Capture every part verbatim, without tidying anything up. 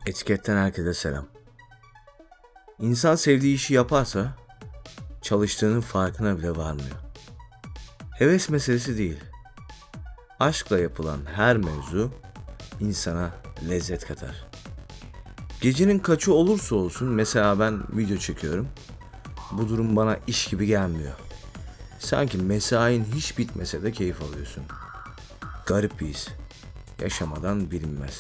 Etiketten herkese selam. İnsan sevdiği işi yaparsa çalıştığının farkına bile varmıyor. Heves meselesi değil. Aşkla yapılan her mevzu insana lezzet katar. Gecenin kaçı olursa olsun, mesela ben video çekiyorum. Bu durum bana iş gibi gelmiyor. Sanki mesain hiç bitmese de keyif alıyorsun. Garip bir his. Yaşamadan bilinmez.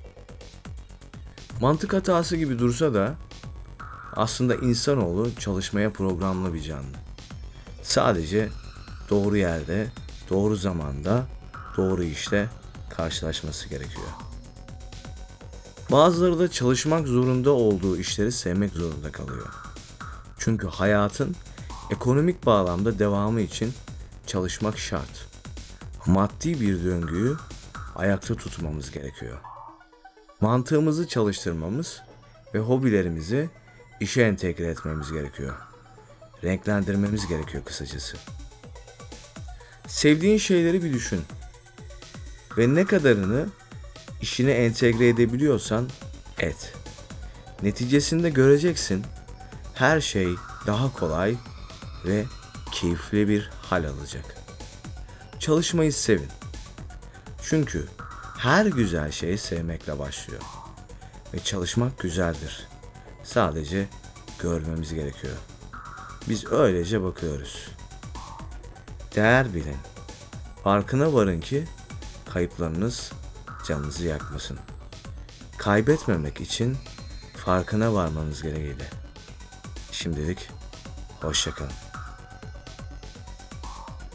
Mantık hatası gibi dursa da aslında insanoğlu çalışmaya programlı bir canlı. Sadece doğru yerde, doğru zamanda, doğru işte karşılaşması gerekiyor. Bazıları da çalışmak zorunda olduğu işleri sevmek zorunda kalıyor. Çünkü hayatın ekonomik bağlamda devamı için çalışmak şart. Maddi bir döngüyü ayakta tutmamız gerekiyor. Mantığımızı çalıştırmamız ve hobilerimizi işe entegre etmemiz gerekiyor. Renklendirmemiz gerekiyor kısacası. Sevdiğin şeyleri bir düşün. Ve ne kadarını işine entegre edebiliyorsan et. Neticesinde göreceksin, her şey daha kolay ve keyifli bir hal alacak. Çalışmayı sevin. Çünkü her güzel şey sevmekle başlıyor. Ve çalışmak güzeldir. Sadece görmemiz gerekiyor. Biz öylece bakıyoruz. Değer bilin. Farkına varın ki kayıplarınız canınızı yakmasın. Kaybetmemek için farkına varmanız gereğiyle. Şimdilik hoşça kalın.